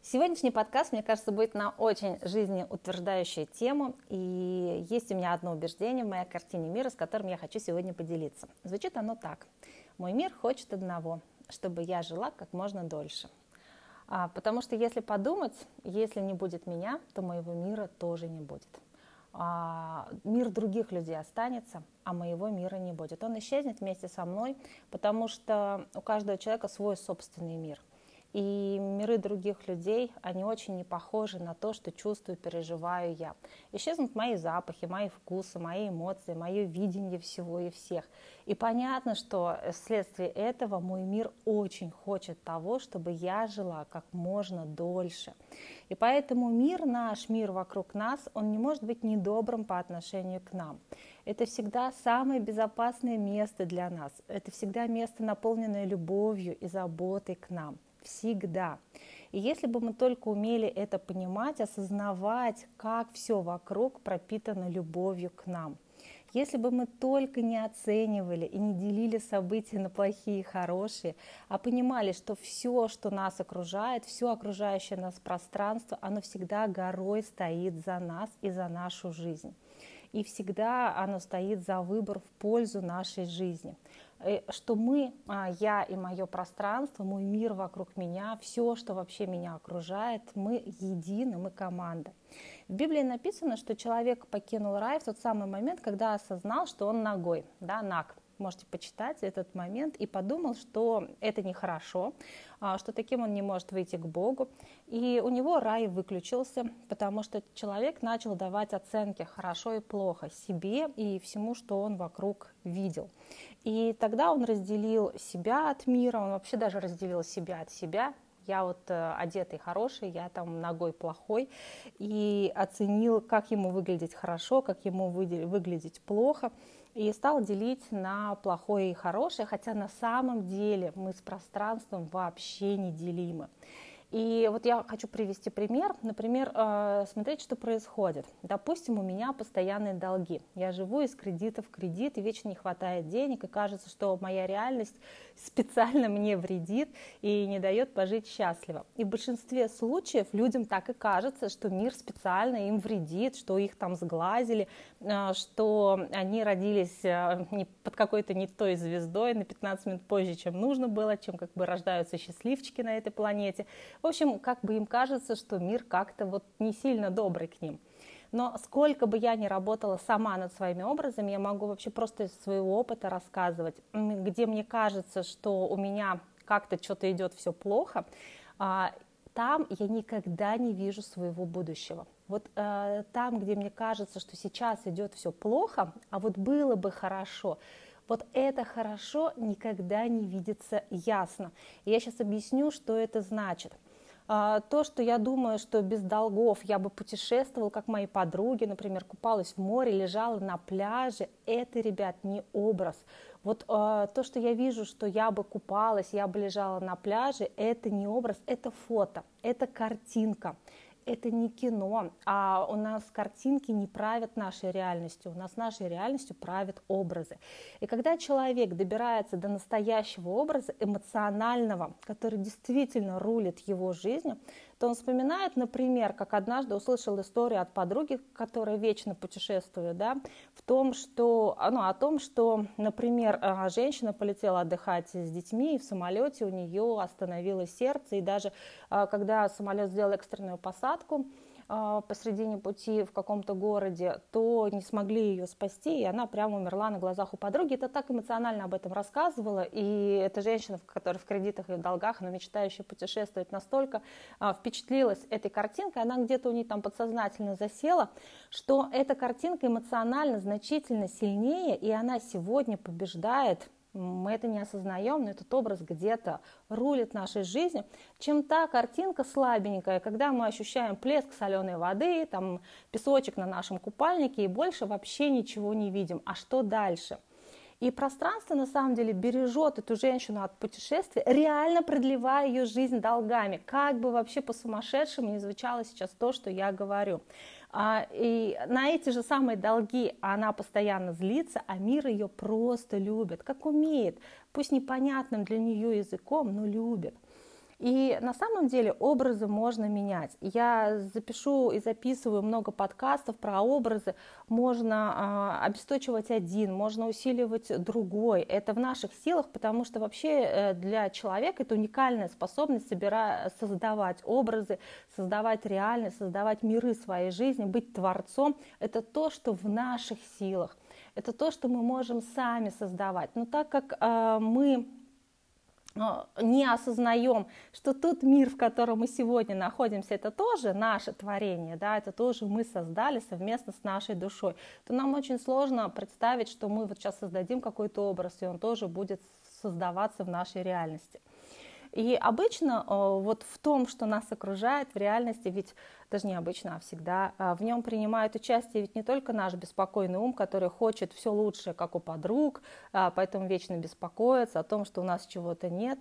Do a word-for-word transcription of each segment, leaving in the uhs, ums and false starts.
Сегодняшний подкаст, мне кажется, будет на очень жизнеутверждающую тему, и есть у меня одно убеждение в моей картине мира, с которым я хочу сегодня поделиться. Звучит оно так. Мой мир хочет одного, чтобы я жила как можно дольше. А, потому что если подумать, если не будет меня, то моего мира тоже не будет. А, мир других людей останется, а моего мира не будет. Он исчезнет вместе со мной, потому что у каждого человека свой собственный мир. И миры других людей, они очень не похожи на то, что чувствую, переживаю я. Исчезнут мои запахи, мои вкусы, мои эмоции, мое видение всего и всех. И понятно, что вследствие этого мой мир очень хочет того, чтобы я жила как можно дольше. И поэтому мир наш, мир вокруг нас, он не может быть недобрым по отношению к нам. Это всегда самое безопасное место для нас. Это всегда место, наполненное любовью и заботой к нам. Всегда. И если бы мы только умели это понимать, осознавать, как все вокруг пропитано любовью к нам. Если бы мы только не оценивали и не делили события на плохие и хорошие, а понимали, что все, что нас окружает, все окружающее нас пространство, оно всегда горой стоит за нас и за нашу жизнь. И всегда оно стоит за выбор в пользу нашей жизни. Что мы, я и мое пространство, мой мир вокруг меня, все, что вообще меня окружает, мы едины, мы команда. В Библии написано, что человек покинул рай в тот самый момент, когда осознал, что он нагой, да, наг. Можете почитать этот момент, и подумал, что это нехорошо, что таким он не может выйти к Богу. И у него рай выключился, потому что человек начал давать оценки хорошо и плохо себе и всему, что он вокруг видел. И тогда он разделил себя от мира, он вообще даже разделил себя от себя. Я вот э, одетый хороший, я там ногой плохой, и оценил, как ему выглядеть хорошо, как ему выглядеть плохо, и стал делить на плохое и хорошее, хотя на самом деле мы с пространством вообще неделимы. И вот я хочу привести пример. Например, смотрите, что происходит. Допустим, у меня постоянные долги. Я живу из кредита в кредит, и вечно не хватает денег, и кажется, что моя реальность специально мне вредит и не дает пожить счастливо. И в большинстве случаев людям так и кажется, что мир специально им вредит, что их там сглазили, что они родились под какой-то не той звездой на пятнадцать минут позже, чем нужно было, чем как бы рождаются счастливчики на этой планете. В общем, как бы им кажется, что мир как-то вот не сильно добрый к ним. Но сколько бы я ни работала сама над своими образами, я могу вообще просто из своего опыта рассказывать, где мне кажется, что у меня как-то что-то идет все плохо, там я никогда не вижу своего будущего. Вот э, там, где мне кажется, что сейчас идет все плохо, а вот было бы хорошо, вот это хорошо никогда не видится ясно. И я сейчас объясню, что это значит. То, что я думаю, что без долгов я бы путешествовала, как мои подруги, например, купалась в море, лежала на пляже, это, ребят, не образ. Вот э, то, что я вижу, что я бы купалась, я бы лежала на пляже, это не образ, это фото, это картинка. Это не кино, а у нас картинки не правят нашей реальностью, у нас нашей реальностью правят образы. И когда человек добирается до настоящего образа, эмоционального, который действительно рулит его жизнью, то он вспоминает, например, как однажды услышал историю от подруги, которая вечно путешествует, да, в том, что, ну, о том, что, например, женщина полетела отдыхать с детьми, и в самолете у нее остановилось сердце, и даже когда самолет сделал экстренную посадку посредине пути в каком-то городе, то не смогли ее спасти, и она прямо умерла на глазах у подруги. Это так эмоционально об этом рассказывала, и эта женщина, которая в кредитах и в долгах, она мечтающая путешествовать, настолько впечатлилась этой картинкой, она где-то у нее там подсознательно засела, что эта картинка эмоционально значительно сильнее, и она сегодня побеждает. Мы это не осознаем, но этот образ где-то рулит нашей жизнью, чем та картинка слабенькая, когда мы ощущаем плеск соленой воды, там песочек на нашем купальнике и больше вообще ничего не видим. А что дальше? И пространство на самом деле бережет эту женщину от путешествия, реально продлевая ее жизнь долгами. Как бы вообще по-сумасшедшему не звучало сейчас то, что я говорю. И на эти же самые долги она постоянно злится, а мир ее просто любит, как умеет, пусть непонятным для нее языком, но любит. И на самом деле образы можно менять. Я запишу и записываю много подкастов про образы. Можно э, обесточивать один, можно усиливать другой. Это в наших силах, потому что вообще э, для человека это уникальная способность собира... создавать образы, создавать реальность, создавать миры своей жизни, быть творцом. Это то, что в наших силах. Это то, что мы можем сами создавать. Но так как э, мы не осознаем, что тот мир, в котором мы сегодня находимся, это тоже наше творение, да, это тоже мы создали совместно с нашей душой, то нам очень сложно представить, что мы вот сейчас создадим какой-то образ, и он тоже будет создаваться в нашей реальности. И обычно вот в том, что нас окружает в реальности, ведь даже не обычно, а всегда, в нем принимает участие ведь не только наш беспокойный ум, который хочет все лучшее, как у подруг, поэтому вечно беспокоится о том, что у нас чего-то нет,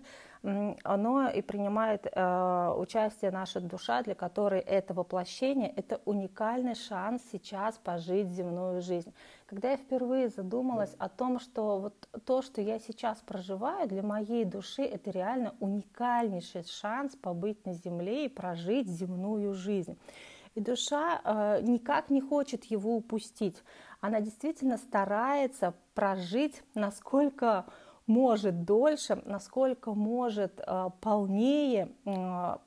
но и принимает участие наша душа, для которой это воплощение, это уникальный шанс сейчас пожить земную жизнь. Когда я впервые задумалась о том, что вот то, что я сейчас проживаю, для моей души это реально уникальнейший шанс побыть на земле и прожить земную жизнь. И душа э, никак не хочет его упустить. Она действительно старается прожить насколько может дольше, насколько может э, полнее, э,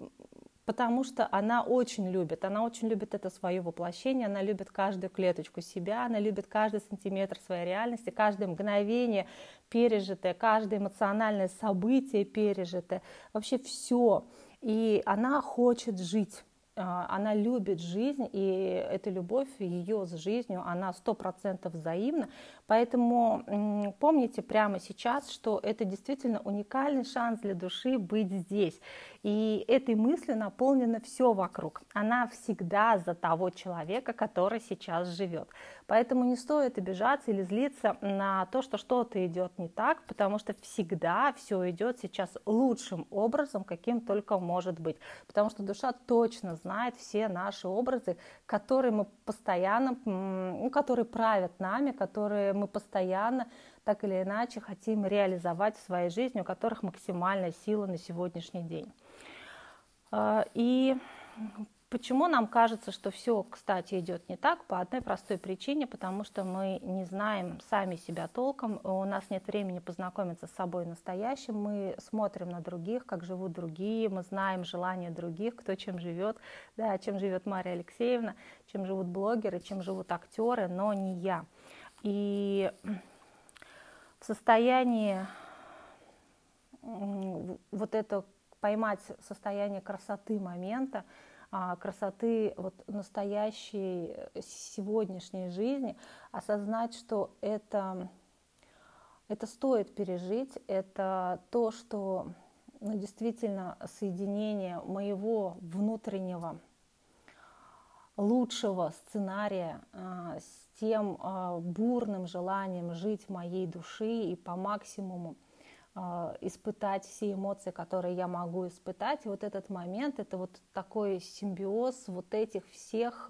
потому что она очень любит, она очень любит это свое воплощение, она любит каждую клеточку себя, она любит каждый сантиметр своей реальности, каждое мгновение пережитое, каждое эмоциональное событие пережитое, вообще все. И она хочет жить. Она любит жизнь, и эта любовь ее с жизнью, она сто процентов взаимна. Поэтому помните прямо сейчас, что это действительно уникальный шанс для души быть здесь. И этой мыслью наполнено все вокруг. Она всегда за того человека, который сейчас живет. Поэтому не стоит обижаться или злиться на то, что что-то идет не так, потому что всегда все идет сейчас лучшим образом, каким только может быть. Потому что душа точно знает все наши образы, которые мы постоянно, ну, которые правят нами, которые мы постоянно так или иначе хотим реализовать в своей жизни, у которых максимальная сила на сегодняшний день. И почему нам кажется, что все, кстати, идет не так? По одной простой причине, потому что мы не знаем сами себя толком, у нас нет времени познакомиться с собой настоящим, мы смотрим на других, как живут другие, мы знаем желания других, кто чем живет, да, чем живет Мария Алексеевна, чем живут блогеры, чем живут актеры, но не я. И в состоянии вот это поймать состояние красоты момента, красоты вот настоящей сегодняшней жизни, осознать, что это, это стоит пережить, это то, что ну, действительно соединение моего внутреннего лучшего сценария а, с тем а, бурным желанием жить моей души и по максимуму испытать все эмоции, которые я могу испытать. И вот этот момент, это вот такой симбиоз вот этих всех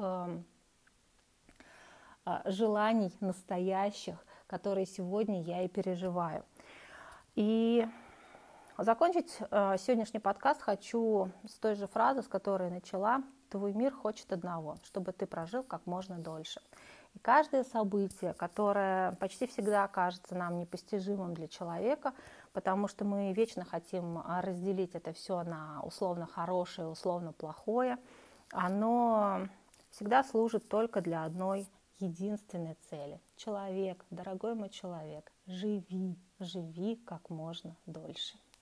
желаний настоящих, которые сегодня я и переживаю. И закончить сегодняшний подкаст хочу с той же фразы, с которой начала. Твой мир хочет одного, чтобы ты прожил как можно дольше. И каждое событие, которое почти всегда кажется нам непостижимым для человека, потому что мы вечно хотим разделить это все на условно хорошее, условно плохое, оно всегда служит только для одной единственной цели. Человек, дорогой мой человек, живи, живи как можно дольше.